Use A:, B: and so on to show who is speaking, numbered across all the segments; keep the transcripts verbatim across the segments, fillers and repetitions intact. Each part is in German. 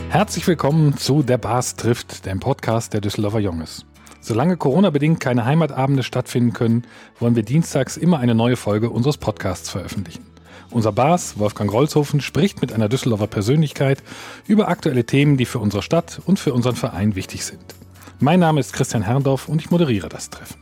A: Herzlich willkommen zu Der Bars trifft, dem Podcast der Düsseldorfer Junges. Solange Corona-bedingt keine Heimatabende stattfinden können, wollen wir dienstags immer eine neue Folge unseres Podcasts veröffentlichen. Unser Bars, Wolfgang Rolzhofen, spricht mit einer Düsseldorfer Persönlichkeit über aktuelle Themen, die für unsere Stadt und für unseren Verein wichtig sind. Mein Name ist Christian Herrndorf und ich moderiere das Treffen.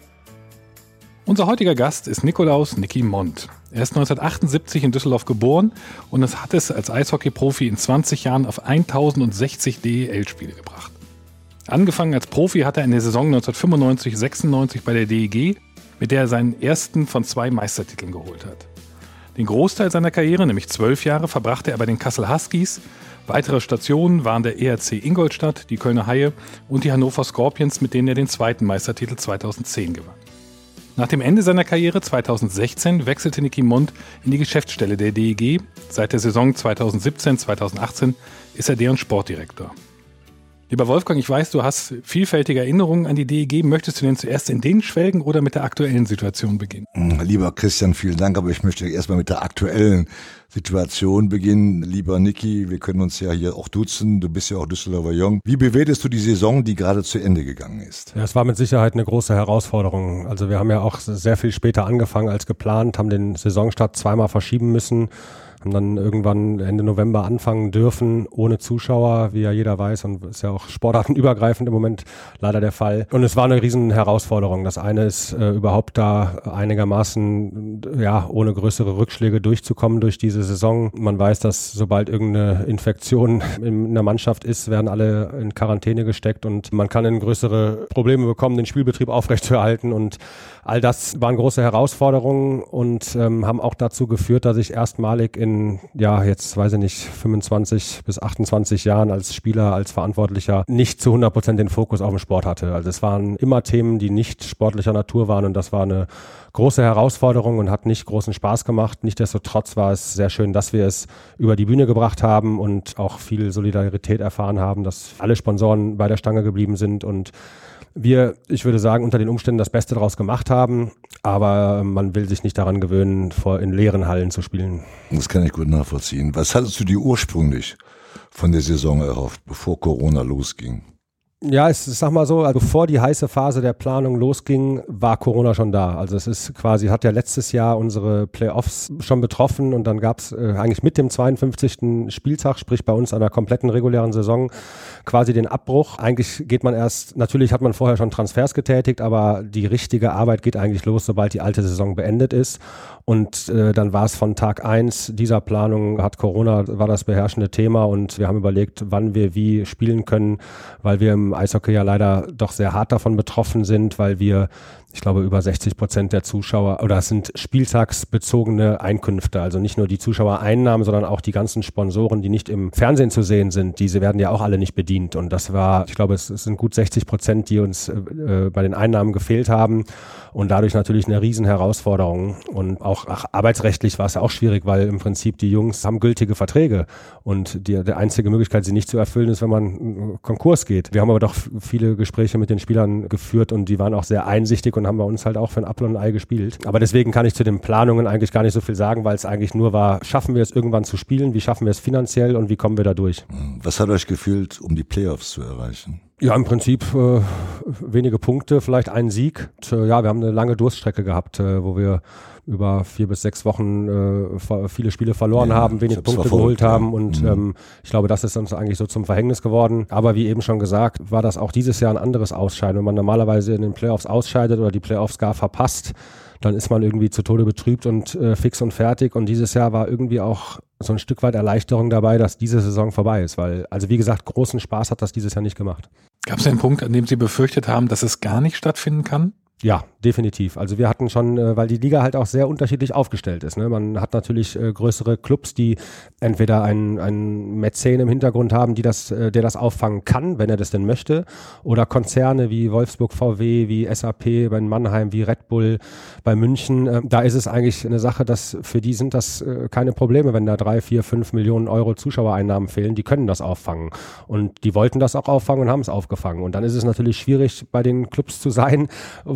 A: Unser heutiger Gast ist Nikolaus Nicky Mond. Er ist neunzehnhundertachtundsiebzig in Düsseldorf geboren und es hat es als Eishockeyprofi in zwanzig Jahren auf tausendsechzig D E L-Spiele gebracht. Angefangen als Profi hat er in der Saison neunzehnhundertfünfundneunzig sechsundneunzig bei der D E G, mit der er seinen ersten von zwei Meistertiteln geholt hat. Den Großteil seiner Karriere, nämlich zwölf Jahre, verbrachte er bei den Kassel Huskies. Weitere Stationen waren der E R C Ingolstadt, die Kölner Haie und die Hannover Scorpions, mit denen er den zweiten Meistertitel zweitausendzehn gewann. Nach dem Ende seiner Karriere zweitausendsechzehn wechselte Nicky Mond in die Geschäftsstelle der D E G. Seit der Saison zweitausendsiebzehn zweitausendachtzehn ist er deren Sportdirektor. Lieber Wolfgang, ich weiß, du hast vielfältige Erinnerungen an die D E G. Möchtest du denn zuerst in denen schwelgen oder mit der aktuellen Situation beginnen?
B: Lieber Christian, vielen Dank, aber ich möchte erstmal mit der aktuellen Situation beginnen. Lieber Nicky, wir können uns ja hier auch duzen, du bist ja auch Düsseldorfer Jung. Wie bewertest du die Saison, die gerade zu Ende gegangen ist?
C: Ja, es war mit Sicherheit eine große Herausforderung. Also wir haben ja auch sehr viel später angefangen als geplant, haben den Saisonstart zweimal verschieben müssen, haben dann irgendwann Ende November anfangen dürfen, ohne Zuschauer, wie ja jeder weiß, und ist ja auch sportartenübergreifend im Moment leider der Fall. Und es war eine riesen Herausforderung. Das eine ist, äh, überhaupt da einigermaßen, ja, ohne größere Rückschläge durchzukommen durch diese Saison. Man weiß, dass sobald irgendeine Infektion in der Mannschaft ist, werden alle in Quarantäne gesteckt und man kann in größere Probleme bekommen, den Spielbetrieb aufrechtzuerhalten, und all das waren große Herausforderungen und ähm, haben auch dazu geführt, dass ich erstmalig in, ja, jetzt weiß ich nicht, fünfundzwanzig bis achtundzwanzig Jahren als Spieler, als Verantwortlicher nicht zu hundert Prozent den Fokus auf den Sport hatte. Also es waren immer Themen, die nicht sportlicher Natur waren, und das war eine große Herausforderung und hat nicht großen Spaß gemacht. Nichtsdestotrotz war es sehr schön, dass wir es über die Bühne gebracht haben und auch viel Solidarität erfahren haben, dass alle Sponsoren bei der Stange geblieben sind und wir, ich würde sagen, unter den Umständen das Beste daraus gemacht haben, aber man will sich nicht daran gewöhnen, vor in leeren Hallen zu spielen.
B: Das kann ich gut nachvollziehen. Was hattest du dir ursprünglich von der Saison erhofft, bevor Corona losging?
C: Ja, ich sag mal so, also bevor die heiße Phase der Planung losging, war Corona schon da. Also es ist quasi, hat ja letztes Jahr unsere Playoffs schon betroffen und dann gab es äh, eigentlich mit dem zweiundfünfzigsten Spieltag, sprich bei uns einer kompletten regulären Saison, quasi den Abbruch. Eigentlich geht man erst, natürlich hat man vorher schon Transfers getätigt, aber die richtige Arbeit geht eigentlich los, sobald die alte Saison beendet ist. Und äh, dann war es von Tag eins dieser Planung, hat Corona, war das beherrschende Thema, und wir haben überlegt, wann wir wie spielen können, weil wir im Eishockey ja leider doch sehr hart davon betroffen sind, weil wir, ich glaube, über sechzig Prozent der Zuschauer, oder es sind spieltagsbezogene Einkünfte, also nicht nur die Zuschauereinnahmen, sondern auch die ganzen Sponsoren, die nicht im Fernsehen zu sehen sind, diese werden ja auch alle nicht bedient, und das war, ich glaube, es, es sind gut sechzig Prozent, die uns äh, bei den Einnahmen gefehlt haben, und dadurch natürlich eine riesen Herausforderung, und auch ach, arbeitsrechtlich war es ja auch schwierig, weil im Prinzip die Jungs haben gültige Verträge und die, die einzige Möglichkeit, sie nicht zu erfüllen, ist, wenn man Konkurs geht. Wir haben aber doch viele Gespräche mit den Spielern geführt und die waren auch sehr einsichtig und haben bei uns halt auch für ein Apfel und ein Ei gespielt. Aber deswegen kann ich zu den Planungen eigentlich gar nicht so viel sagen, weil es eigentlich nur war, schaffen wir es irgendwann zu spielen, wie schaffen wir es finanziell und wie kommen wir da durch?
B: Was hat euch gefehlt, um die Playoffs zu erreichen?
C: Ja, im Prinzip äh, wenige Punkte, vielleicht ein Sieg. Und, äh, ja, wir haben eine lange Durststrecke gehabt, äh, wo wir über vier bis sechs Wochen äh, viele Spiele verloren ja, haben, wenig Punkte verfolgt, geholt ja. haben und mhm. ähm, ich glaube, das ist uns eigentlich so zum Verhängnis geworden. Aber wie eben schon gesagt, war das auch dieses Jahr ein anderes Ausscheiden. Wenn man normalerweise in den Playoffs ausscheidet oder die Playoffs gar verpasst, dann ist man irgendwie zu Tode betrübt und äh, fix und fertig. Und dieses Jahr war irgendwie auch so ein Stück weit Erleichterung dabei, dass diese Saison vorbei ist. Weil, also wie gesagt, großen Spaß hat das dieses Jahr nicht gemacht.
A: Gab es einen Punkt, an dem Sie befürchtet haben, dass es gar nicht stattfinden kann?
C: Ja, definitiv. Also wir hatten schon, äh, weil die Liga halt auch sehr unterschiedlich aufgestellt ist. Ne? Man hat natürlich äh, größere Clubs, die entweder einen, einen Mäzen im Hintergrund haben, die das, äh, der das auffangen kann, wenn er das denn möchte, oder Konzerne wie Wolfsburg V W, wie S A P bei Mannheim, wie Red Bull bei München. Äh, da ist es eigentlich eine Sache, dass für die sind das äh, keine Probleme, wenn da drei, vier, fünf Millionen Euro Zuschauereinnahmen fehlen. Die können das auffangen. Und die wollten das auch auffangen und haben es aufgefangen. Und dann ist es natürlich schwierig, bei den Clubs zu sein, wo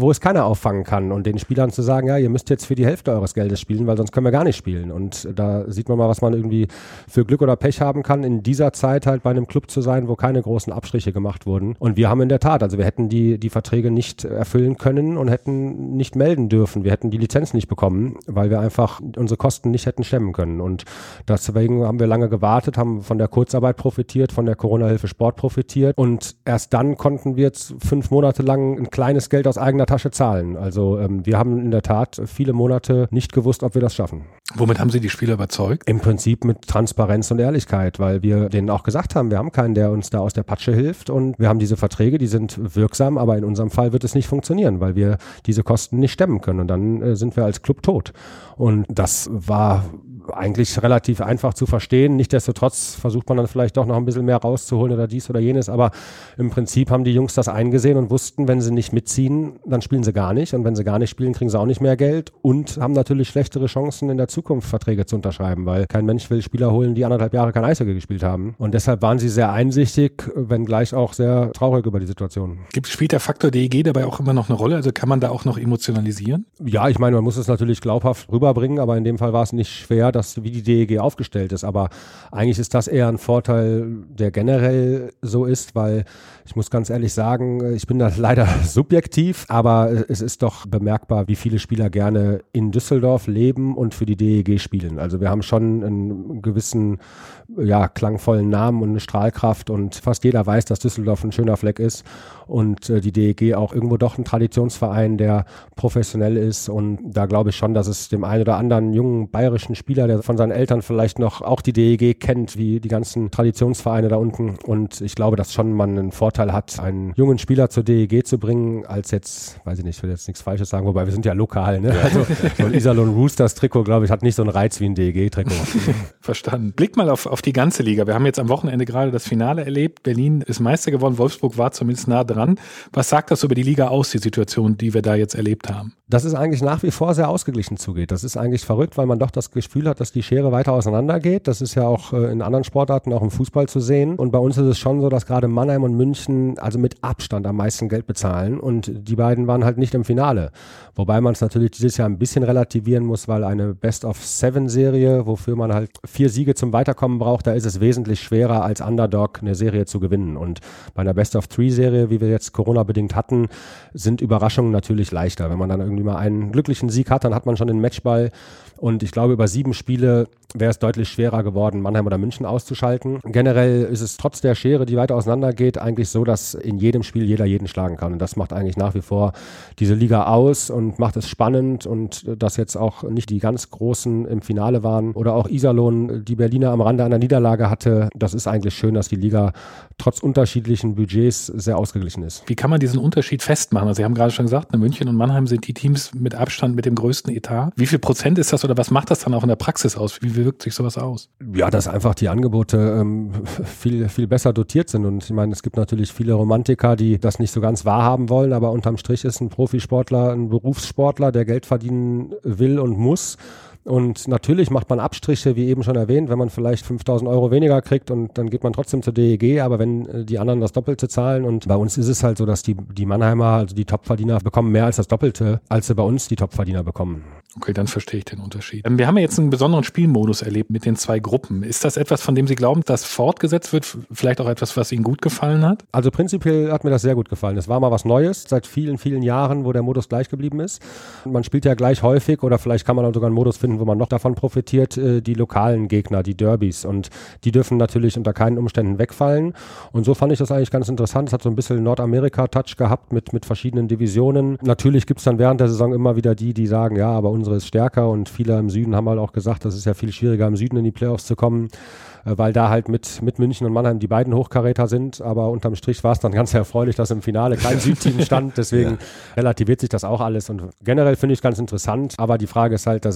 C: wo es keiner auffangen kann und den Spielern zu sagen, ja, ihr müsst jetzt für die Hälfte eures Geldes spielen, weil sonst können wir gar nicht spielen. Und da sieht man mal, was man irgendwie für Glück oder Pech haben kann, in dieser Zeit halt bei einem Club zu sein, wo keine großen Abstriche gemacht wurden. Und wir haben in der Tat, also wir hätten die, die Verträge nicht erfüllen können und hätten nicht melden dürfen. Wir hätten die Lizenz nicht bekommen, weil wir einfach unsere Kosten nicht hätten stemmen können. Und deswegen haben wir lange gewartet, haben von der Kurzarbeit profitiert, von der Corona-Hilfe Sport profitiert und erst dann konnten wir jetzt fünf Monate lang ein kleines Geld aus eigener Tasche zahlen. Also ähm, wir haben in der Tat viele Monate nicht gewusst, ob wir das schaffen.
A: Womit haben Sie die Spieler überzeugt?
C: Im Prinzip mit Transparenz und Ehrlichkeit, weil wir denen auch gesagt haben, wir haben keinen, der uns da aus der Patsche hilft und wir haben diese Verträge, die sind wirksam, aber in unserem Fall wird es nicht funktionieren, weil wir diese Kosten nicht stemmen können und dann äh, sind wir als Club tot. Und das war eigentlich relativ einfach zu verstehen. Nichtsdestotrotz versucht man dann vielleicht doch noch ein bisschen mehr rauszuholen oder dies oder jenes, aber im Prinzip haben die Jungs das eingesehen und wussten, wenn sie nicht mitziehen, dann spielen sie gar nicht und wenn sie gar nicht spielen, kriegen sie auch nicht mehr Geld und haben natürlich schlechtere Chancen in der Zukunft Verträge zu unterschreiben, weil kein Mensch will Spieler holen, die anderthalb Jahre kein Eishockey gespielt haben und deshalb waren sie sehr einsichtig, wenngleich auch sehr traurig über die Situation.
A: Gibt, spielt der Faktor D E G dabei auch immer noch eine Rolle? Also kann man da auch noch emotionalisieren?
C: Ja, ich meine, man muss es natürlich glaubhaft rüberbringen, aber in dem Fall war es nicht schwer, dass wie die D E G aufgestellt ist, aber eigentlich ist das eher ein Vorteil, der generell so ist, weil ich muss ganz ehrlich sagen, ich bin da leider subjektiv, aber es ist doch bemerkbar, wie viele Spieler gerne in Düsseldorf leben und für die D E G spielen. Also wir haben schon einen gewissen, ja, klangvollen Namen und eine Strahlkraft und fast jeder weiß, dass Düsseldorf ein schöner Fleck ist und äh, die D E G auch irgendwo doch ein Traditionsverein, der professionell ist und da glaube ich schon, dass es dem einen oder anderen jungen bayerischen Spieler, der von seinen Eltern vielleicht noch auch die D E G kennt, wie die ganzen Traditionsvereine da unten und ich glaube, dass schon man einen Vorteil hat, einen jungen Spieler zur D E G zu bringen, als jetzt, weiß ich nicht, ich will jetzt nichts Falsches sagen, wobei wir sind ja lokal, ne? Ja. Also so ein Iserlohn Roosters Trikot, glaube ich, hat nicht so einen Reiz wie ein D E G-Trikot.
A: Verstanden. Blick mal auf, auf die ganze Liga. Wir haben jetzt am Wochenende gerade das Finale erlebt. Berlin ist Meister geworden, Wolfsburg war zumindest nah dran. Was sagt das über die Liga aus, die Situation, die wir da jetzt erlebt haben?
C: Dass es eigentlich nach wie vor sehr ausgeglichen zugeht. Das ist eigentlich verrückt, weil man doch das Gefühl hat, dass die Schere weiter auseinander geht. Das ist ja auch in anderen Sportarten, auch im Fußball zu sehen. Und bei uns ist es schon so, dass gerade Mannheim und München also mit Abstand am meisten Geld bezahlen. Und die beiden waren halt nicht im Finale. Wobei man es natürlich dieses Jahr ein bisschen relativieren muss, weil eine Best-of-Seven-Serie, wofür man halt vier Siege zum Weiterkommen braucht, da ist es wesentlich schwerer als Underdog eine Serie zu gewinnen. Und bei einer Best-of-Three-Serie, wie wir jetzt Corona-bedingt hatten, sind Überraschungen natürlich leichter. Wenn man dann irgendwie mal einen glücklichen Sieg hat, dann hat man schon den Matchball. Und ich glaube, über sieben Spiele wäre es deutlich schwerer geworden, Mannheim oder München auszuschalten. Generell ist es trotz der Schere, die weiter auseinander geht, eigentlich so, dass in jedem Spiel jeder jeden schlagen kann. Und das macht eigentlich nach wie vor diese Liga aus und macht es spannend. Und dass jetzt auch nicht die ganz Großen im Finale waren oder auch Iserlohn die Berliner am Rande einer Niederlage hatte, das ist eigentlich schön, dass die Liga trotz unterschiedlichen Budgets sehr ausgeglichen ist.
A: Wie kann man diesen Unterschied festmachen? Also Sie haben gerade schon gesagt, München und Mannheim sind die Teams mit Abstand mit dem größten Etat. Wie viel Prozent ist das oder was macht das dann auch in der Praxis aus? Wie wirkt sich sowas aus?
C: Ja, dass einfach die Angebote ähm, viel, viel besser dotiert sind. Und ich meine, es gibt natürlich viele Romantiker, die das nicht so ganz wahrhaben wollen, aber unterm Strich ist ein Profisportler ein Berufssportler, der Geld verdienen will und muss. Und natürlich macht man Abstriche, wie eben schon erwähnt, wenn man vielleicht fünftausend Euro weniger kriegt und dann geht man trotzdem zur D E G, aber wenn die anderen das Doppelte zahlen und bei uns ist es halt so, dass die, die Mannheimer, also die Topverdiener, bekommen mehr als das Doppelte, als sie bei uns die Topverdiener bekommen.
A: Okay, dann verstehe ich den Unterschied. Wir haben ja jetzt einen besonderen Spielmodus erlebt mit den zwei Gruppen. Ist das etwas, von dem Sie glauben, dass fortgesetzt wird? Vielleicht auch etwas, was Ihnen gut gefallen hat?
C: Also prinzipiell hat mir das sehr gut gefallen. Es war mal was Neues, seit vielen, vielen Jahren, wo der Modus gleich geblieben ist. Man spielt ja gleich häufig oder vielleicht kann man auch sogar einen Modus finden, wo man noch davon profitiert, die lokalen Gegner, die Derbys. Und die dürfen natürlich unter keinen Umständen wegfallen. Und so fand ich das eigentlich ganz interessant. Es hat so ein bisschen Nordamerika-Touch gehabt mit, mit verschiedenen Divisionen. Natürlich gibt es dann während der Saison immer wieder die, die sagen, ja, aber unsere ist stärker und viele im Süden haben halt auch gesagt, das ist ja viel schwieriger im Süden in die Playoffs zu kommen, weil da halt mit, mit München und Mannheim die beiden Hochkaräter sind, aber unterm Strich war es dann ganz erfreulich, dass im Finale kein Südteam stand, deswegen ja. relativiert sich das auch alles und generell finde ich es ganz interessant, aber die Frage ist halt, dass es, es gibt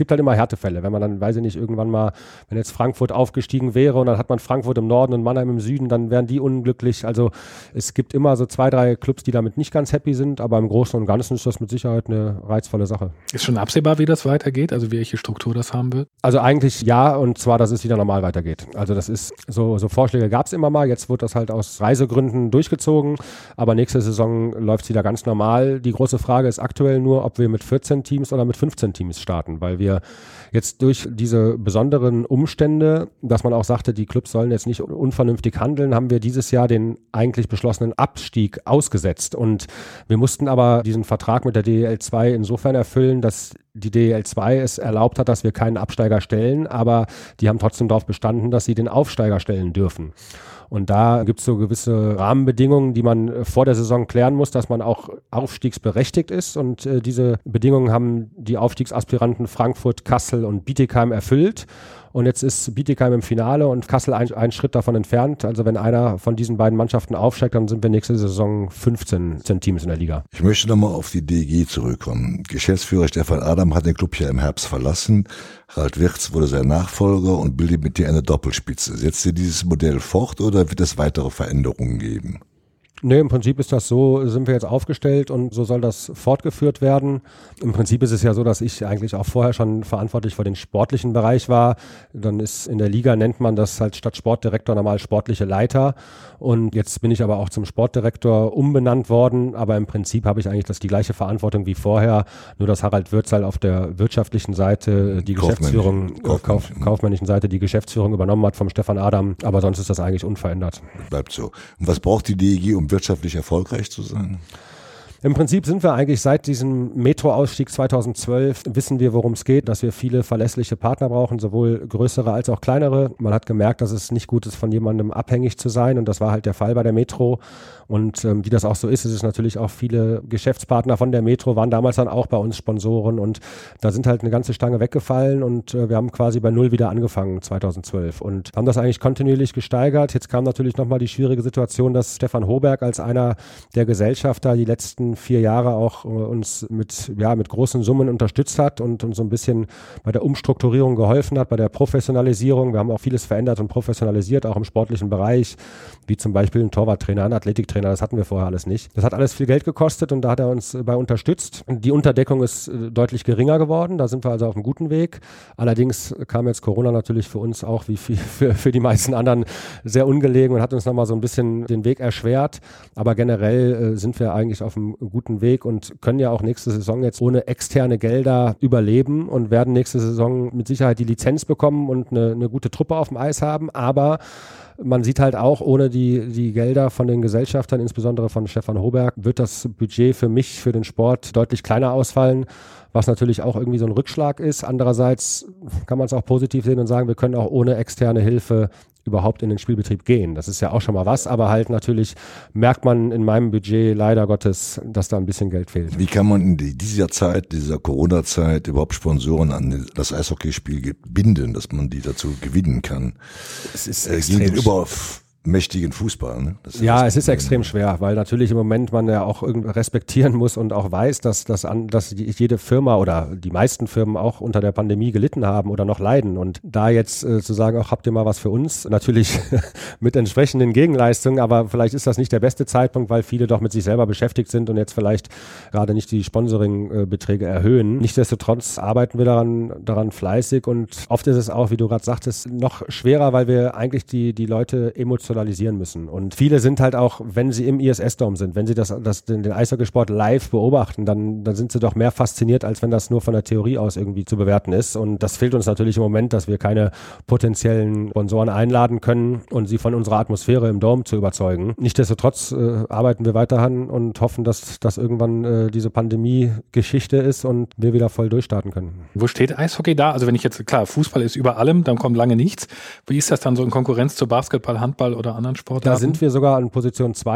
C: gibt halt immer Härtefälle. Wenn man dann, weiß ich nicht, irgendwann mal, wenn jetzt Frankfurt aufgestiegen wäre und dann hat man Frankfurt im Norden und Mannheim im Süden, dann wären die unglücklich. Also es gibt immer so zwei, drei Clubs, die damit nicht ganz happy sind, aber im Großen und Ganzen ist das mit Sicherheit eine reizvolle Sache.
A: Ist schon absehbar, wie das weitergeht? Also welche Struktur das haben wird?
C: Also eigentlich ja, und zwar, dass es wieder normal weitergeht. Also das ist, so, so Vorschläge gab es immer mal, jetzt wird das halt aus Reisegründen durchgezogen, aber nächste Saison läuft es wieder ganz normal. Die große Frage ist aktuell nur, ob wir mit vierzehn Teams oder mit fünfzehn Teams starten, weil wir jetzt durch diese besonderen Umstände, dass man auch sagte, die Clubs sollen jetzt nicht unvernünftig handeln, haben wir dieses Jahr den eigentlich beschlossenen Abstieg ausgesetzt. Und wir mussten aber diesen Vertrag mit der D E L zwei insofern erfüllen, dass die D E L zwei es erlaubt hat, dass wir keinen Absteiger stellen, aber die haben trotzdem darauf bestanden, dass sie den Aufsteiger stellen dürfen. Und da gibt es so gewisse Rahmenbedingungen, die man vor der Saison klären muss, dass man auch aufstiegsberechtigt ist. Und äh, diese Bedingungen haben die Aufstiegsaspiranten Frankfurt, Kassel und Bietigheim erfüllt. Und jetzt ist Bietigheim im Finale und Kassel ein, ein Schritt davon entfernt. Also wenn einer von diesen beiden Mannschaften aufsteigt, dann sind wir nächste Saison fünfzehn Teams in der Liga.
B: Ich möchte nochmal auf die D E G zurückkommen. Geschäftsführer Stefan Adam hat den Club ja im Herbst verlassen. Ralf Wirtz wurde sein Nachfolger und bildet mit dir eine Doppelspitze. Setzt ihr dieses Modell fort oder wird es weitere Veränderungen geben?
C: Nee, im Prinzip ist das so, sind wir jetzt aufgestellt und so soll das fortgeführt werden. Im Prinzip ist es ja so, dass ich eigentlich auch vorher schon verantwortlich für den sportlichen Bereich war. Dann ist in der Liga, nennt man das halt statt Sportdirektor normal sportliche Leiter. Und jetzt bin ich aber auch zum Sportdirektor umbenannt worden. Aber im Prinzip habe ich eigentlich das die gleiche Verantwortung wie vorher. Nur dass Harald Würzel auf der wirtschaftlichen Seite die Geschäftsführung,
B: Kaufmännisch,
C: Kauf, kaufmännischen Seite die Geschäftsführung übernommen hat vom Stefan Adam. Aber sonst ist das eigentlich unverändert.
B: Bleibt so. Und was braucht die D E G, um wirtschaftlich erfolgreich zu sein?
C: Im Prinzip sind wir eigentlich seit diesem Metro-Ausstieg zweitausendzwölf, wissen wir, worum es geht, dass wir viele verlässliche Partner brauchen, sowohl größere als auch kleinere. Man hat gemerkt, dass es nicht gut ist, von jemandem abhängig zu sein und das war halt der Fall bei der Metro. Und ähm, wie das auch so ist, ist es natürlich auch viele Geschäftspartner von der Metro waren damals dann auch bei uns Sponsoren und da sind halt eine ganze Stange weggefallen und äh, wir haben quasi bei Null wieder angefangen zweitausendzwölf und haben das eigentlich kontinuierlich gesteigert. Jetzt kam natürlich nochmal die schwierige Situation, dass Stefan Hoberg als einer der Gesellschafter die letzten vier Jahre auch äh, uns mit, ja, mit großen Summen unterstützt hat und uns so ein bisschen bei der Umstrukturierung geholfen hat, bei der Professionalisierung. Wir haben auch vieles verändert und professionalisiert, auch im sportlichen Bereich, wie zum Beispiel ein Torwarttrainer, ein Athletiktrainer. Das hatten wir vorher alles nicht. Das hat alles viel Geld gekostet und da hat er uns bei unterstützt. Die Unterdeckung ist deutlich geringer geworden. Da sind wir also auf einem guten Weg. Allerdings kam jetzt Corona natürlich für uns auch wie für, für, für die meisten anderen sehr ungelegen und hat uns nochmal so ein bisschen den Weg erschwert. Aber generell äh, sind wir eigentlich auf einem guten Weg und können ja auch nächste Saison jetzt ohne externe Gelder überleben und werden nächste Saison mit Sicherheit die Lizenz bekommen und eine, eine gute Truppe auf dem Eis haben. Aber man sieht halt auch, ohne die, die Gelder von den Gesellschaftern, insbesondere von Stefan Hoberg, wird das Budget für mich, für den Sport deutlich kleiner ausfallen, was natürlich auch irgendwie so ein Rückschlag ist. Andererseits kann man es auch positiv sehen und sagen, wir können auch ohne externe Hilfe überhaupt in den Spielbetrieb gehen. Das ist ja auch schon mal was, aber halt natürlich merkt man in meinem Budget leider Gottes, dass da ein bisschen Geld fehlt.
B: Wie kann man in dieser Zeit, dieser Corona-Zeit überhaupt Sponsoren an das Eishockeyspiel binden, dass man die dazu gewinnen kann?
C: Es ist
B: äh,
C: extrem
B: über mächtigen Fußball. Ne? Das
C: ja,
B: das
C: es ist extrem schwer, weil natürlich im Moment man ja auch irgendwie respektieren muss und auch weiß, dass, dass, an, dass jede Firma oder die meisten Firmen auch unter der Pandemie gelitten haben oder noch leiden. Und da jetzt äh, zu sagen, auch habt ihr mal was für uns, natürlich mit entsprechenden Gegenleistungen, aber vielleicht ist das nicht der beste Zeitpunkt, weil viele doch mit sich selber beschäftigt sind und jetzt vielleicht gerade nicht die Sponsoring-Beträge erhöhen. Nichtsdestotrotz arbeiten wir daran, daran fleißig und oft ist es auch, wie du gerade sagtest, noch schwerer, weil wir eigentlich die, die Leute emotional müssen. Und viele sind halt auch, wenn sie im I S S-Dome sind, wenn sie das, das, den, den Eishockeysport live beobachten, dann, dann sind sie doch mehr fasziniert, als wenn das nur von der Theorie aus irgendwie zu bewerten ist. Und das fehlt uns natürlich im Moment, dass wir keine potenziellen Sponsoren einladen können und sie von unserer Atmosphäre im Dome zu überzeugen. Nichtsdestotrotz äh, arbeiten wir weiterhin und hoffen, dass, dass irgendwann äh, diese Pandemie-Geschichte ist und wir wieder voll durchstarten können.
A: Wo steht Eishockey da? Also wenn ich jetzt, klar, Fußball ist über allem, dann kommt lange nichts. Wie ist das dann so in Konkurrenz zu Basketball, Handball oder oder anderen Sportarten?
C: Da sind wir sogar an Position zwei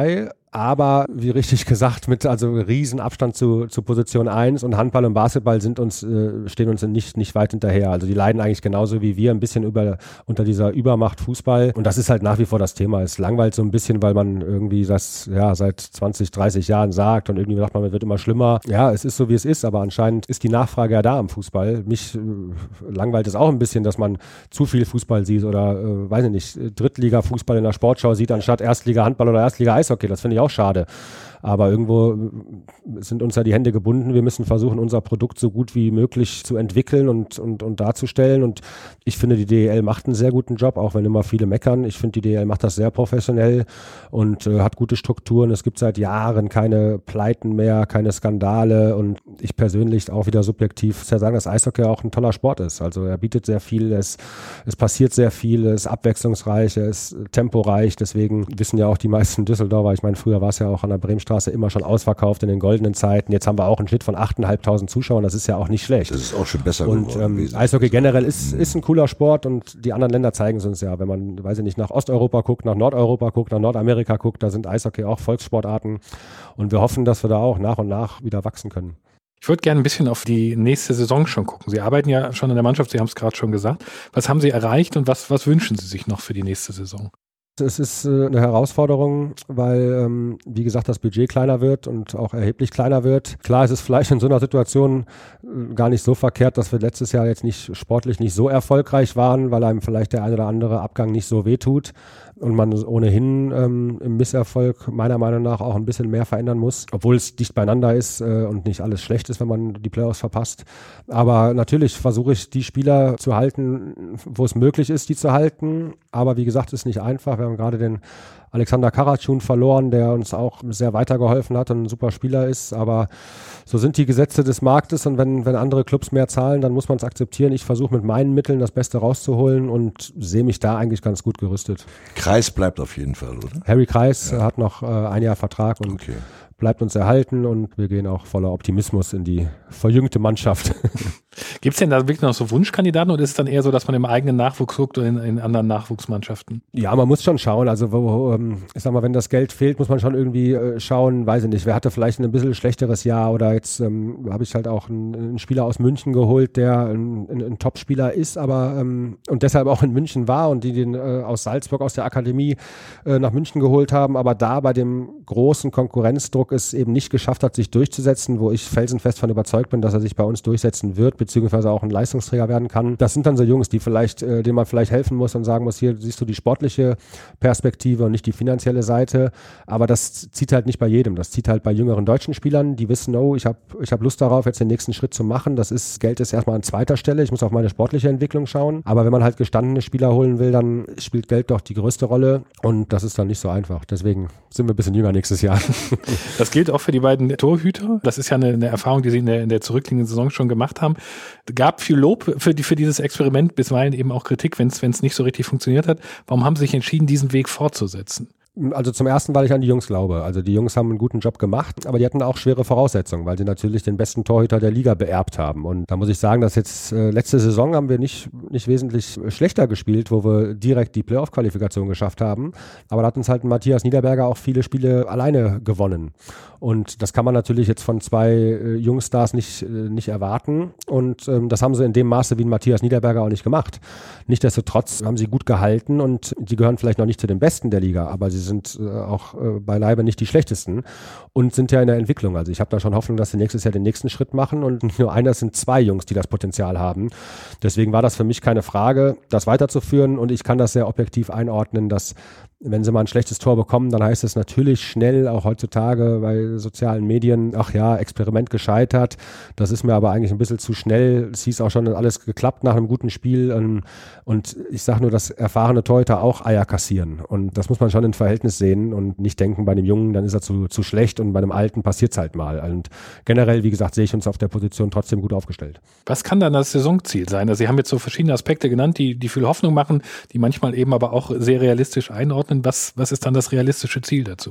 C: aber wie richtig gesagt, mit also riesen Abstand zu, zu Position eins und Handball und Basketball sind uns, äh, stehen uns nicht, nicht weit hinterher. Also die leiden eigentlich genauso wie wir ein bisschen über, unter dieser Übermacht Fußball und das ist halt nach wie vor das Thema. Es langweilt so ein bisschen, weil man irgendwie das ja seit zwanzig, dreißig Jahren sagt und irgendwie sagt man, es wird immer schlimmer. Ja, es ist so, wie es ist, aber anscheinend ist die Nachfrage ja da am Fußball. Mich äh, langweilt es auch ein bisschen, dass man zu viel Fußball sieht oder, äh, weiß ich nicht, Drittliga-Fußball in der Sportschau sieht, anstatt Erstliga-Handball oder Erstliga-Eishockey. Das finde ich auch schade. Aber irgendwo sind uns ja die Hände gebunden. Wir müssen versuchen, unser Produkt so gut wie möglich zu entwickeln und, und, und darzustellen. Und ich finde, die D E L macht einen sehr guten Job, auch wenn immer viele meckern. Ich finde, die D E L macht das sehr professionell und äh, hat gute Strukturen. Es gibt seit Jahren keine Pleiten mehr, keine Skandale. Und ich persönlich auch wieder subjektiv sehr sagen, dass Eishockey auch ein toller Sport ist. Also er bietet sehr viel, es, es passiert sehr viel, es ist abwechslungsreich, es ist temporeich. Deswegen wissen ja auch die meisten Düsseldorfer, ich meine, früher war es ja auch an der Bremenstraße immer schon ausverkauft in den goldenen Zeiten. Jetzt haben wir auch einen Schnitt von achttausendfünfhundert Zuschauern. Das ist ja auch nicht schlecht.
B: Das ist auch schon besser
C: und,
B: geworden.
C: Und ähm, Eishockey generell ist, ist ein cooler Sport und die anderen Länder zeigen es uns ja. Wenn man, weiß ich nicht, nach Osteuropa guckt, nach Nordeuropa guckt, nach Nordamerika guckt, da sind Eishockey auch Volkssportarten und wir hoffen, dass wir da auch nach und nach wieder wachsen können.
A: Ich würde gerne ein bisschen auf die nächste Saison schon gucken. Sie arbeiten ja schon in der Mannschaft, Sie haben es gerade schon gesagt. Was haben Sie erreicht und was, was wünschen Sie sich noch für die nächste Saison?
C: Es ist äh, eine Herausforderung, weil, ähm, wie gesagt, das Budget kleiner wird und auch erheblich kleiner wird. Klar, es ist vielleicht in so einer Situation äh, gar nicht so verkehrt, dass wir letztes Jahr jetzt nicht sportlich nicht so erfolgreich waren, weil einem vielleicht der ein oder andere Abgang nicht so wehtut und man ohnehin ähm, im Misserfolg meiner Meinung nach auch ein bisschen mehr verändern muss, obwohl es dicht beieinander ist äh, und nicht alles schlecht ist, wenn man die Playoffs verpasst. Aber natürlich versuche ich, die Spieler zu halten, wo es möglich ist, die zu halten. Aber wie gesagt, ist nicht einfach. Wir haben gerade den Alexander Karatschun verloren, der uns auch sehr weitergeholfen hat und ein super Spieler ist. Aber so sind die Gesetze des Marktes und wenn, wenn andere Clubs mehr zahlen, dann muss man es akzeptieren. Ich versuche mit meinen Mitteln das Beste rauszuholen und sehe mich da eigentlich ganz gut gerüstet.
B: Kreis bleibt auf jeden Fall, oder?
C: Harry Kreis ja. hat noch äh, ein Jahr Vertrag und okay. bleibt uns erhalten und wir gehen auch voller Optimismus in die verjüngte Mannschaft.
A: Gibt es denn da wirklich noch so Wunschkandidaten oder ist es dann eher so, dass man im eigenen Nachwuchs guckt oder in, in anderen Nachwuchsmannschaften?
C: Ja, man muss schon schauen. Also wo, ähm, ich sag mal, wenn das Geld fehlt, muss man schon irgendwie äh, schauen, weiß ich nicht, wer hatte vielleicht ein bisschen schlechteres Jahr oder jetzt ähm, habe ich halt auch einen, einen Spieler aus München geholt, der ein, ein, ein Top-Spieler ist, aber ähm, und deshalb auch in München war und die den äh, aus Salzburg, aus der Akademie äh, nach München geholt haben, aber da bei dem großen Konkurrenzdruck es eben nicht geschafft hat, sich durchzusetzen, wo ich felsenfest von überzeugt bin, dass er sich bei uns durchsetzen wird, beziehungsweise auch ein Leistungsträger werden kann. Das sind dann so Jungs, die vielleicht, äh, denen man vielleicht helfen muss und sagen muss, hier siehst du die sportliche Perspektive und nicht die finanzielle Seite. Aber das zieht halt nicht bei jedem. Das zieht halt bei jüngeren deutschen Spielern, die wissen, oh, ich habe ich hab Lust darauf, jetzt den nächsten Schritt zu machen. Das ist, Geld ist erstmal an zweiter Stelle. Ich muss auf meine sportliche Entwicklung schauen. Aber wenn man halt gestandene Spieler holen will, dann spielt Geld doch die größte Rolle. Und das ist dann nicht so einfach. Deswegen sind wir ein bisschen jünger nächstes Jahr.
A: Das gilt auch für die beiden Torhüter. Das ist ja eine, eine Erfahrung, die Sie in der, in der zurückliegenden Saison schon gemacht haben. Gab viel Lob für, die, für dieses Experiment, bisweilen eben auch Kritik, wenn es nicht so richtig funktioniert hat. Warum haben Sie sich entschieden, diesen Weg fortzusetzen?
C: Also zum ersten, weil ich an die Jungs glaube. Also die Jungs haben einen guten Job gemacht, aber die hatten auch schwere Voraussetzungen, weil sie natürlich den besten Torhüter der Liga beerbt haben. Und da muss ich sagen, dass jetzt äh, letzte Saison haben wir nicht, nicht wesentlich schlechter gespielt, wo wir direkt die Playoff-Qualifikation geschafft haben. Aber da hat uns halt Matthias Niederberger auch viele Spiele alleine gewonnen. Und das kann man natürlich jetzt von zwei äh, Jungstars nicht, äh, nicht erwarten. Und ähm, das haben sie in dem Maße wie ein Matthias Niederberger auch nicht gemacht. Nichtsdestotrotz haben sie gut gehalten und die gehören vielleicht noch nicht zu den Besten der Liga, aber sie sind äh, auch äh, beileibe nicht die schlechtesten und sind ja in der Entwicklung. Also ich habe da schon Hoffnung, dass sie nächstes Jahr den nächsten Schritt machen und nicht nur einer, es sind zwei Jungs, die das Potenzial haben. Deswegen war das für mich keine Frage, das weiterzuführen und ich kann das sehr objektiv einordnen, dass wenn sie mal ein schlechtes Tor bekommen, dann heißt es natürlich schnell, auch heutzutage bei sozialen Medien, ach ja, Experiment gescheitert. Das ist mir aber eigentlich ein bisschen zu schnell. Es hieß auch schon, alles geklappt nach einem guten Spiel. Und ich sage nur, dass erfahrene Torhüter auch Eier kassieren. Und das muss man schon in Verhältnis sehen und nicht denken, bei einem Jungen, dann ist er zu, zu schlecht und bei einem Alten passiert es halt mal. Und generell, wie gesagt, sehe ich uns auf der Position trotzdem gut aufgestellt.
A: Was kann dann das Saisonziel sein? Also Sie haben jetzt so verschiedene Aspekte genannt, die, die viel Hoffnung machen, die manchmal eben aber auch sehr realistisch einordnen. Was, was ist dann das realistische Ziel dazu?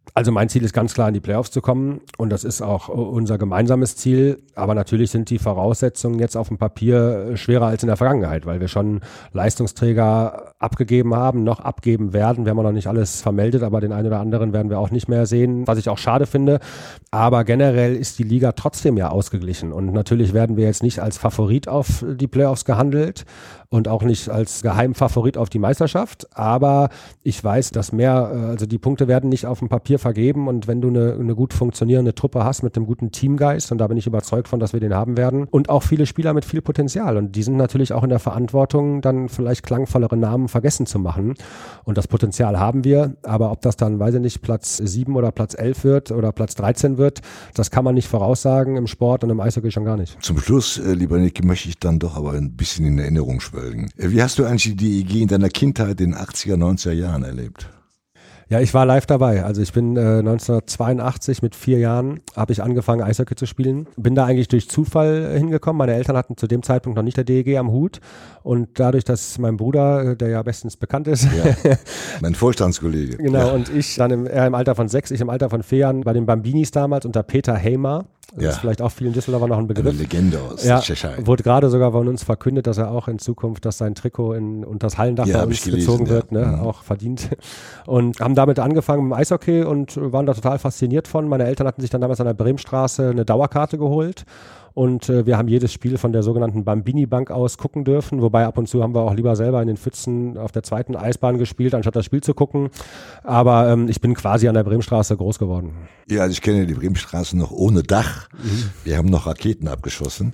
C: Also mein Ziel ist ganz klar, in die Playoffs zu kommen und das ist auch unser gemeinsames Ziel. Aber natürlich sind die Voraussetzungen jetzt auf dem Papier schwerer als in der Vergangenheit, weil wir schon Leistungsträger abgegeben haben, noch abgeben werden. Wir haben noch nicht alles vermeldet, aber den einen oder anderen werden wir auch nicht mehr sehen, was ich auch schade finde. Aber generell ist die Liga trotzdem ja ausgeglichen und natürlich werden wir jetzt nicht als Favorit auf die Playoffs gehandelt und auch nicht als Geheimfavorit auf die Meisterschaft. Aber ich weiß, dass mehr, also die Punkte werden nicht auf dem Papier vergeben und wenn du eine, eine gut funktionierende Truppe hast mit einem guten Teamgeist, und da bin ich überzeugt von, dass wir den haben werden, und auch viele Spieler mit viel Potenzial und die sind natürlich auch in der Verantwortung, dann vielleicht klangvollere Namen vergessen zu machen und das Potenzial haben wir, aber ob das dann, weiß ich nicht, Platz sieben oder Platz elf wird oder Platz dreizehn wird, das kann man nicht voraussagen im Sport und im Eishockey schon gar nicht.
B: Zum Schluss, äh, lieber Nick, möchte ich dann doch aber ein bisschen in Erinnerung schwelgen. Wie hast du eigentlich die D E G in deiner Kindheit in den achtziger, neunziger Jahren erlebt?
C: Ja, ich war live dabei. Also ich bin äh, neunzehnhundertzweiundachtzig mit vier Jahren habe ich angefangen Eishockey zu spielen. Bin da eigentlich durch Zufall hingekommen. Meine Eltern hatten zu dem Zeitpunkt noch nicht der D E G am Hut und dadurch, dass mein Bruder, der ja bestens bekannt ist,
B: ja, mein Vorstandskollege,
C: genau,
B: ja.
C: und ich dann im, er im Alter von sechs, ich im Alter von vier Jahren bei den Bambinis damals unter Peter Heimer. Das ja. ist vielleicht auch vielen Düsseldorfer noch ein Begriff.
B: Eine Legende aus
C: ja,
B: Tschechei.
C: Wurde gerade sogar von uns verkündet, dass er auch in Zukunft, dass sein Trikot in, unter das Hallendach
B: ja,
C: bei uns
B: gelesen,
C: gezogen
B: ja.
C: wird, ne, mhm. auch verdient. Und haben damit angefangen mit dem Eishockey und waren da total fasziniert von. Meine Eltern hatten sich dann damals an der Bremenstraße eine Dauerkarte geholt. Und äh, wir haben jedes Spiel von der sogenannten Bambini-Bank aus gucken dürfen, wobei ab und zu haben wir auch lieber selber in den Pfützen auf der zweiten Eisbahn gespielt, anstatt das Spiel zu gucken. Aber ähm, ich bin quasi an der Bremenstraße groß geworden.
B: Ja, also ich kenne die Bremenstraße noch ohne Dach. Mhm. Wir haben noch Raketen abgeschossen.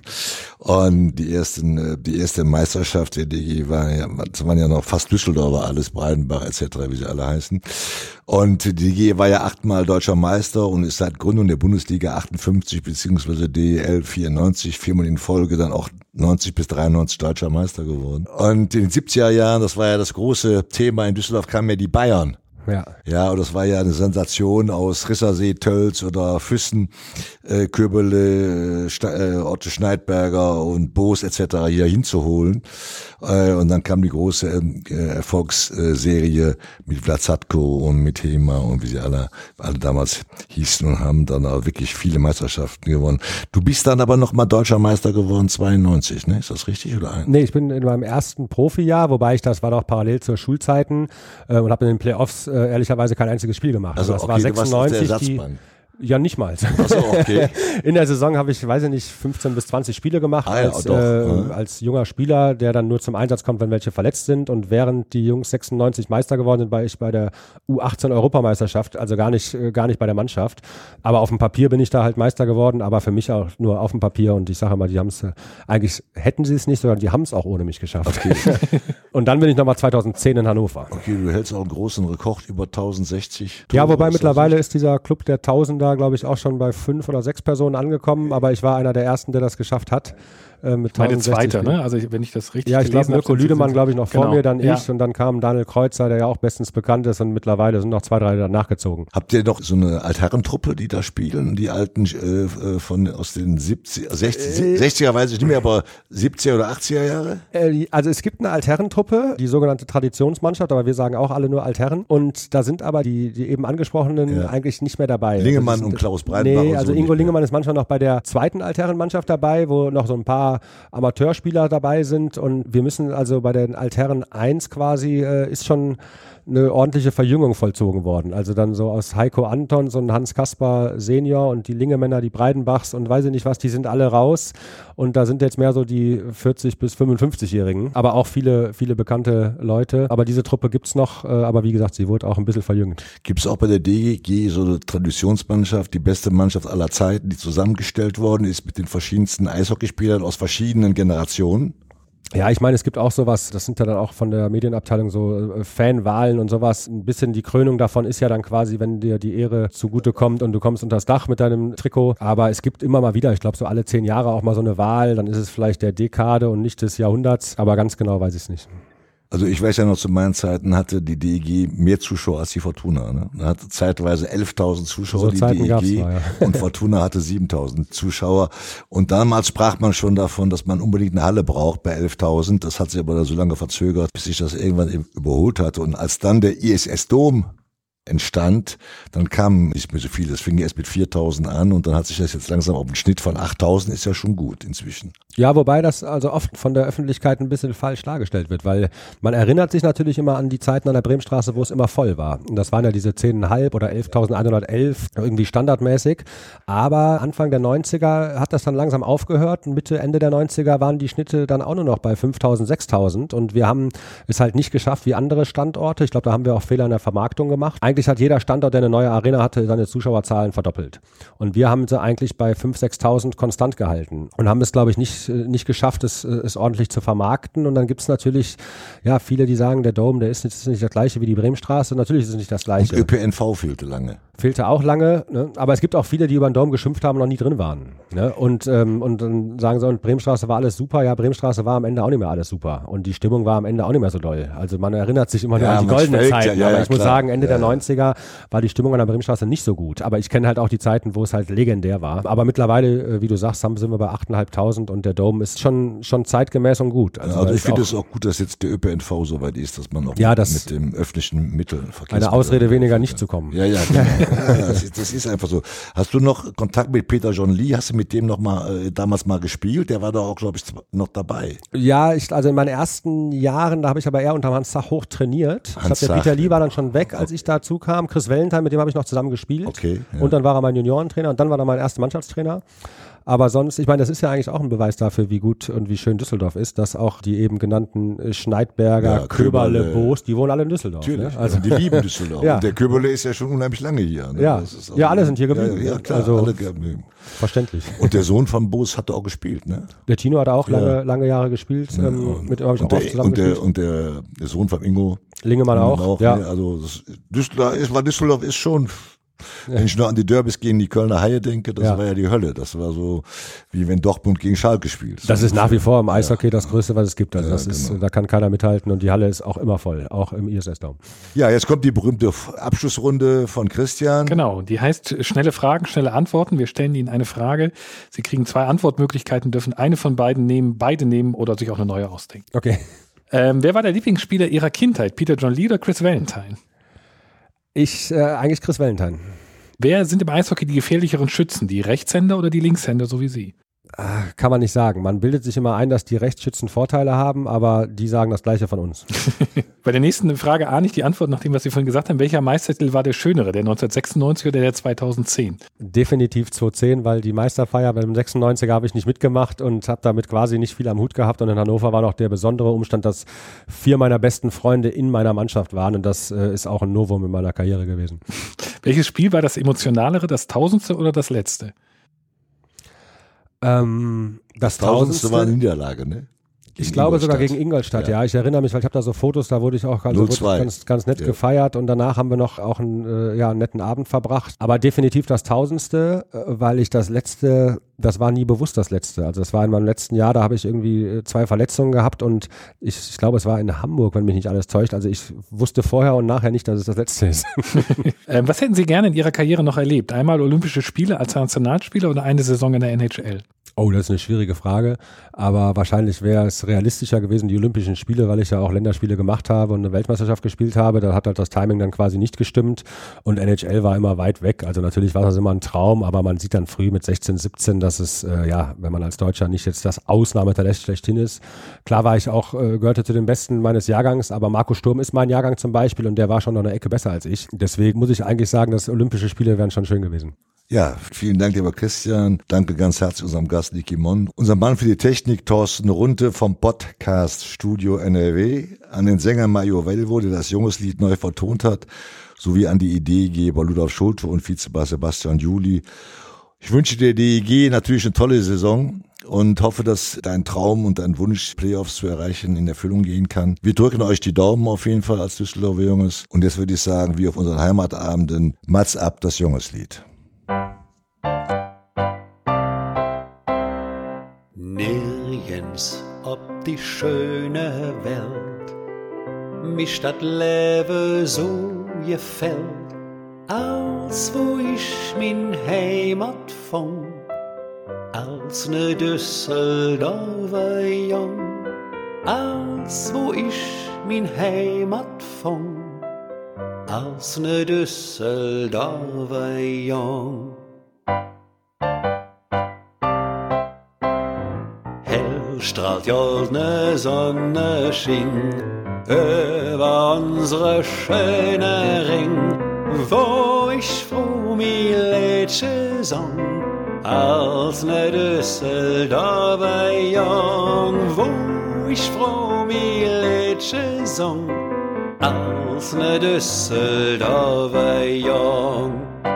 B: Und die ersten, die erste Meisterschaft der D E G war ja, das waren ja noch fast Düsseldorfer, alles Breidenbach et cetera, wie sie alle heißen. Und die D E G war ja achtmal deutscher Meister und ist seit Gründung der Bundesliga achtundfünfzig beziehungsweise D E L vierundneunzig, viermal in Folge dann auch neunzig bis dreiundneunzig deutscher Meister geworden. Und in den siebziger Jahren, das war ja das große Thema in Düsseldorf, kamen ja die Bayern.
C: Ja.
B: Ja, und das war ja eine Sensation aus Rissersee, Tölz oder Füssen, äh, Köberle, Sta- äh, Otto Schneidberger und Boos et cetera hier hinzuholen. Äh, und dann kam die große äh, Erfolgsserie mit Vlazatko und mit Hema und wie sie alle, alle damals hießen und haben dann auch wirklich viele Meisterschaften gewonnen. Du bist dann aber noch mal deutscher Meister geworden, zweiundneunzig, ne? Ist das richtig oder ein?
C: Nee, ich bin in meinem ersten Profijahr, wobei ich, das war doch parallel zur Schulzeiten äh, und habe in den Playoffs äh, ehrlicherweise kein einziges Spiel gemacht.
B: Also,
C: das
B: okay,
C: war sechsundneunzig.
B: Du warst auf der Ersatzbank.
C: Die, ja, nicht mal.
B: Ach so, okay.
C: In der Saison habe ich, weiß ich nicht, fünfzehn bis zwanzig Spiele gemacht
B: ah, ja,
C: als,
B: doch,
C: äh,
B: ja.
C: als junger Spieler, der dann nur zum Einsatz kommt, wenn welche verletzt sind. Und während die Jungs sechsundneunzig Meister geworden sind, war ich bei der U achtzehn Europameisterschaft, also gar nicht, äh, gar nicht bei der Mannschaft. Aber auf dem Papier bin ich da halt Meister geworden, aber für mich auch nur auf dem Papier. Und ich sage mal, die haben es, äh, eigentlich hätten sie es nicht, sondern die haben es auch ohne mich geschafft.
B: Okay.
C: Und dann bin ich nochmal zweitauszehn in Hannover.
B: Okay, du hältst auch einen großen Rekord, über tausendsechzig.
C: Ja, wobei mittlerweile ist dieser Club der Tausender, glaube ich, auch schon bei fünf oder sechs Personen angekommen, aber ich war einer der ersten, der das geschafft hat. Äh, mit
A: Meine zweite, ne? Also wenn ich das richtig
C: Ja, ich glaube, Mirko Lüdemann, glaube ich, noch vor
A: genau.
C: mir, dann
A: ja.
C: ich und dann kam Daniel Kreuzer, der ja auch bestens bekannt ist und mittlerweile sind noch zwei, drei danach gezogen.
B: Habt ihr noch so eine Altherrentruppe, die da spielen? Die alten äh, von aus den siebziger, sechziger, sechziger weiß ich nicht mehr, aber siebziger oder achtziger Jahre?
C: Äh, also es gibt eine Altherrentruppe, die sogenannte Traditionsmannschaft, aber wir sagen auch alle nur Altherren. Und da sind aber die, die eben angesprochenen ja. eigentlich nicht mehr dabei.
B: Lingemann
C: also
B: und Klaus Breidenbach.
C: Nee,
B: und
C: also
B: so
C: Ingo Lingemann ist manchmal noch bei der zweiten Altherrenmannschaft dabei, wo noch so ein paar Amateurspieler dabei sind. Und wir müssen also bei den Altherren eins quasi, äh, ist schon eine ordentliche Verjüngung vollzogen worden. Also dann so aus Heiko Antons und Hans Kasper Senior und die Lingemänner, die Breidenbachs und weiß ich nicht was, die sind alle raus. Und da sind jetzt mehr so die vierzig bis fünfundfünfzigjährigen. Aber auch viele, viele bekannte Leute. Aber diese Truppe gibt's noch. Äh, aber wie gesagt, sie wurde auch ein bisschen verjüngt.
B: Gibt's auch bei der D E G so eine Traditionsmannschaft, die beste Mannschaft aller Zeiten, die zusammengestellt worden ist mit den verschiedensten Eishockeyspielern aus verschiedenen Generationen?
C: Ja, ich meine, es gibt auch sowas, das sind ja dann auch von der Medienabteilung so äh, Fanwahlen und sowas. Ein bisschen die Krönung davon ist ja dann quasi, wenn dir die Ehre zugutekommt und du kommst unter das Dach mit deinem Trikot. Aber es gibt immer mal wieder, ich glaube so alle zehn Jahre auch mal so eine Wahl, dann ist es vielleicht der Dekade und nicht des Jahrhunderts, aber ganz genau weiß ich es nicht.
B: Also ich weiß ja noch, zu meinen Zeiten hatte die D E G mehr Zuschauer als die Fortuna. Ne? Da hatte zeitweise elftausend Zuschauer,
C: so
B: die
C: Zeiten
B: D E G,
C: mal, ja.
B: und Fortuna hatte siebentausend Zuschauer. Und damals sprach man schon davon, dass man unbedingt eine Halle braucht bei elftausend. Das hat sich aber so lange verzögert, bis sich das irgendwann überholt hatte. Und als dann der I S S Dom entstand, dann kam nicht mehr so viel. Das fing erst mit viertausend an und dann hat sich das jetzt langsam auf einen Schnitt von achttausend, ist ja schon gut inzwischen.
C: Ja, wobei das also oft von der Öffentlichkeit ein bisschen falsch dargestellt wird, weil man erinnert sich natürlich immer an die Zeiten an der Bremenstraße, wo es immer voll war. Und das waren ja diese zehn Komma fünf oder elftausendeinhundertelf, irgendwie standardmäßig. Aber Anfang der neunziger hat das dann langsam aufgehört. Mitte, Ende der neunziger waren die Schnitte dann auch nur noch bei fünftausend, sechstausend. Und wir haben es halt nicht geschafft wie andere Standorte. Ich glaube, da haben wir auch Fehler in der Vermarktung gemacht. Eigentlich hat jeder Standort, der eine neue Arena hatte, seine Zuschauerzahlen verdoppelt. Und wir haben sie eigentlich bei fünftausend, sechstausend konstant gehalten und haben es, glaube ich, nicht, nicht geschafft, es, es ordentlich zu vermarkten. Und dann gibt es natürlich, ja, viele, die sagen, der Dome, der ist nicht, ist nicht das gleiche wie die Bremenstraße. Natürlich ist es nicht das gleiche.
B: Und Ö P N V fehlte lange.
C: Fehlte auch lange, ne? Aber es gibt auch viele, die über den Dome geschimpft haben und noch nie drin waren. Ne? Und, ähm, und dann sagen sie, und Bremenstraße war alles super. Ja, Bremenstraße war am Ende auch nicht mehr alles super. Und die Stimmung war am Ende auch nicht mehr so doll. Also man erinnert sich immer nur
B: ja,
C: an die goldenen
B: schwelgt,
C: Zeiten.
B: ja, ja,
C: aber ich
B: klar.
C: muss sagen, Ende
B: ja,
C: der neunziger war die Stimmung an der Bremenstraße nicht so gut. Aber ich kenne halt auch die Zeiten, wo es halt legendär war. Aber mittlerweile, wie du sagst, haben, sind wir bei achttausendfünfhundert und der Dome ist schon, schon zeitgemäß und gut.
B: Also, also ich finde es auch gut, dass jetzt der Ö P N V so weit ist, dass man auch
C: ja,
B: mit, mit dem öffentlichen Mittel
C: eine Ausrede weniger nicht zu kommen.
B: Ja, ja, genau. ja das, ist, das ist einfach so. Hast du noch Kontakt mit Peter John Lee? Hast du mit dem noch mal äh, damals mal gespielt? Der war doch auch, glaube ich, noch dabei.
C: Ja, ich, also in meinen ersten Jahren, da habe ich aber eher unter Hans Zach hoch trainiert.
B: Hans
C: ich glaube, der Peter Lee war dann schon weg, als ich dazu kam. Chris Valentine, mit dem habe ich noch zusammen gespielt.
B: Okay. Ja.
C: Und dann war er mein Juniorentrainer und dann war er mein erster Mannschaftstrainer. Aber sonst, ich meine, das ist ja eigentlich auch ein Beweis dafür, wie gut und wie schön Düsseldorf ist, dass auch die eben genannten Schneidberger,
B: ja,
C: Köberle, Boos, die wohnen alle in Düsseldorf.
B: Natürlich,
C: ne? Also
B: die lieben Düsseldorf.
C: ja.
B: Und der Köberle ist ja schon unheimlich lange hier. Ne?
C: Ja.
B: Das ist auch,
C: ja, alle sind hier geblieben.
B: Ja, ja klar,
C: also,
B: alle geblieben.
C: Verständlich.
B: Und der Sohn von Boos hat auch gespielt, ne?
C: Der Tino hat auch lange,
B: ja.
C: lange Jahre gespielt.
B: Ja,
C: ähm, mit dem habe ich auch
B: der,
C: oft zusammen
B: und der,
C: gespielt.
B: Und der, der Sohn von Ingo.
C: Lingemann auch,
B: auch
C: ja.
B: Ne? Also das, Düsseldorf, ist, war Düsseldorf ist schon... Wenn ich nur an die Derbys gegen die Kölner Haie denke, das
C: ja.
B: war ja die Hölle. Das war so, wie wenn Dortmund gegen Schalke spielt.
C: Das ist nach wie vor im Eishockey ja. das Größte, was es gibt. Also
B: ja,
C: das ist,
B: genau.
C: da kann keiner mithalten und die Halle ist auch immer voll, auch im I S S-Dome.
B: Ja, jetzt kommt die berühmte Abschlussrunde von Christian.
A: Genau, die heißt schnelle Fragen, schnelle Antworten. Wir stellen Ihnen eine Frage. Sie kriegen zwei Antwortmöglichkeiten, dürfen eine von beiden nehmen, beide nehmen oder sich auch eine neue ausdenken.
C: Okay.
A: Ähm, wer war der Lieblingsspieler Ihrer Kindheit? Peter John Lee oder Chris Valentine?
C: Ich, äh, eigentlich Chris Valentine.
A: Wer sind im Eishockey die gefährlicheren Schützen? Die Rechtshänder oder die Linkshänder, so wie Sie?
C: Kann man nicht sagen. Man bildet sich immer ein, dass die Rechtsschützen Vorteile haben, aber die sagen das Gleiche von uns.
A: Bei der nächsten Frage ahne ich die Antwort nach dem, was Sie vorhin gesagt haben. Welcher Meistertitel war der schönere, der neunzehnhundertsechsundneunzig oder der zweitausendzehn?
C: Definitiv zweitausendzehn, weil die Meisterfeier beim sechsundneunziger habe ich nicht mitgemacht und habe damit quasi nicht viel am Hut gehabt. Und in Hannover war noch der besondere Umstand, dass vier meiner besten Freunde in meiner Mannschaft waren. Und das äh, ist auch ein Novum in meiner Karriere gewesen.
A: Welches Spiel war das emotionalere, das tausendste oder das letzte?
C: Ähm, das,
B: das Tausendste war eine Niederlage, ne?
C: Gegen ich glaube sogar gegen Ingolstadt, ja. ja. Ich erinnere mich, weil ich habe da so Fotos, da wurde ich auch also wurde ganz, ganz nett ja. gefeiert und danach haben wir noch auch einen, äh, ja, einen netten Abend verbracht. Aber definitiv das Tausendste, äh, weil ich das letzte, das war nie bewusst das letzte. Also das war in meinem letzten Jahr, da habe ich irgendwie zwei Verletzungen gehabt und ich, ich glaube, es war in Hamburg, wenn mich nicht alles täuscht. Also ich wusste vorher und nachher nicht, dass es das letzte ist.
A: ähm, was hätten Sie gerne in Ihrer Karriere noch erlebt? Einmal Olympische Spiele als Nationalspieler oder eine Saison in der N H L?
C: Oh, das ist eine schwierige Frage, aber wahrscheinlich wäre es realistischer gewesen, die Olympischen Spiele, weil ich ja auch Länderspiele gemacht habe und eine Weltmeisterschaft gespielt habe, da hat halt das Timing dann quasi nicht gestimmt und N H L war immer weit weg, also natürlich war das immer ein Traum, aber man sieht dann früh mit sechzehn, siebzehn, dass es, äh, ja, wenn man als Deutscher nicht jetzt das Ausnahmetalent schlechthin ist. Klar war ich auch, äh, gehörte zu den Besten meines Jahrgangs, aber Marco Sturm ist mein Jahrgang zum Beispiel und der war schon noch eine Ecke besser als ich. Deswegen muss ich eigentlich sagen, dass Olympische Spiele wären schon schön gewesen.
B: Ja, vielen Dank, lieber Christian. Danke ganz herzlich unserem Gast Niki Mon. Unser Mann für die Technik, Thorsten Runte vom Podcast Studio N R W. An den Sänger Mario Velvo, der das Jungeslied neu vertont hat, sowie an die Ideegeber Ludolf Schulte und Vizebar Sebastian Juli. Ich wünsche der D E G natürlich eine tolle Saison und hoffe, dass dein Traum und dein Wunsch, Playoffs zu erreichen, in Erfüllung gehen kann. Wir drücken euch die Daumen auf jeden Fall als Düsseldorfer Junges. Und jetzt würde ich sagen, wie auf unseren Heimatabenden, Mats ab, das Jungeslied.
D: Nirgends ob die schöne Welt mich dat Leben so gefällt, als wo ich min Heimat fand, als ne Düsseldorfer Jung, als wo ich min Heimat fand, als ne Düsseldorfer Jung. Hell strahlt goldne Sonne schien über unsere schöne Ring, wo ich froh mi Lädsche sang, als ne Düsseldorfer Jung, wo ich froh mi Lädsche sang, als ne Düsseldorfer Jung.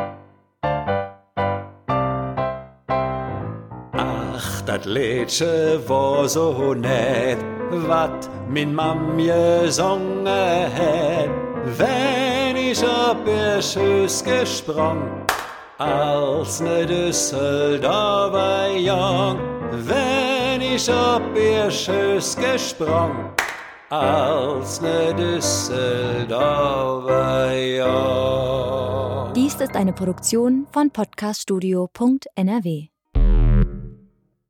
D: Ach, dat Lädsche war so nett, wat min Mam gesungen het, wenn ich ob ihr Schüss gesprang, als ne Düsseldorfer Jung, wenn ich ob ihr Schüss gesprang, als ne Düsseldorfer Jung.
E: Dies ist eine Produktion von podcaststudio punkt n r w.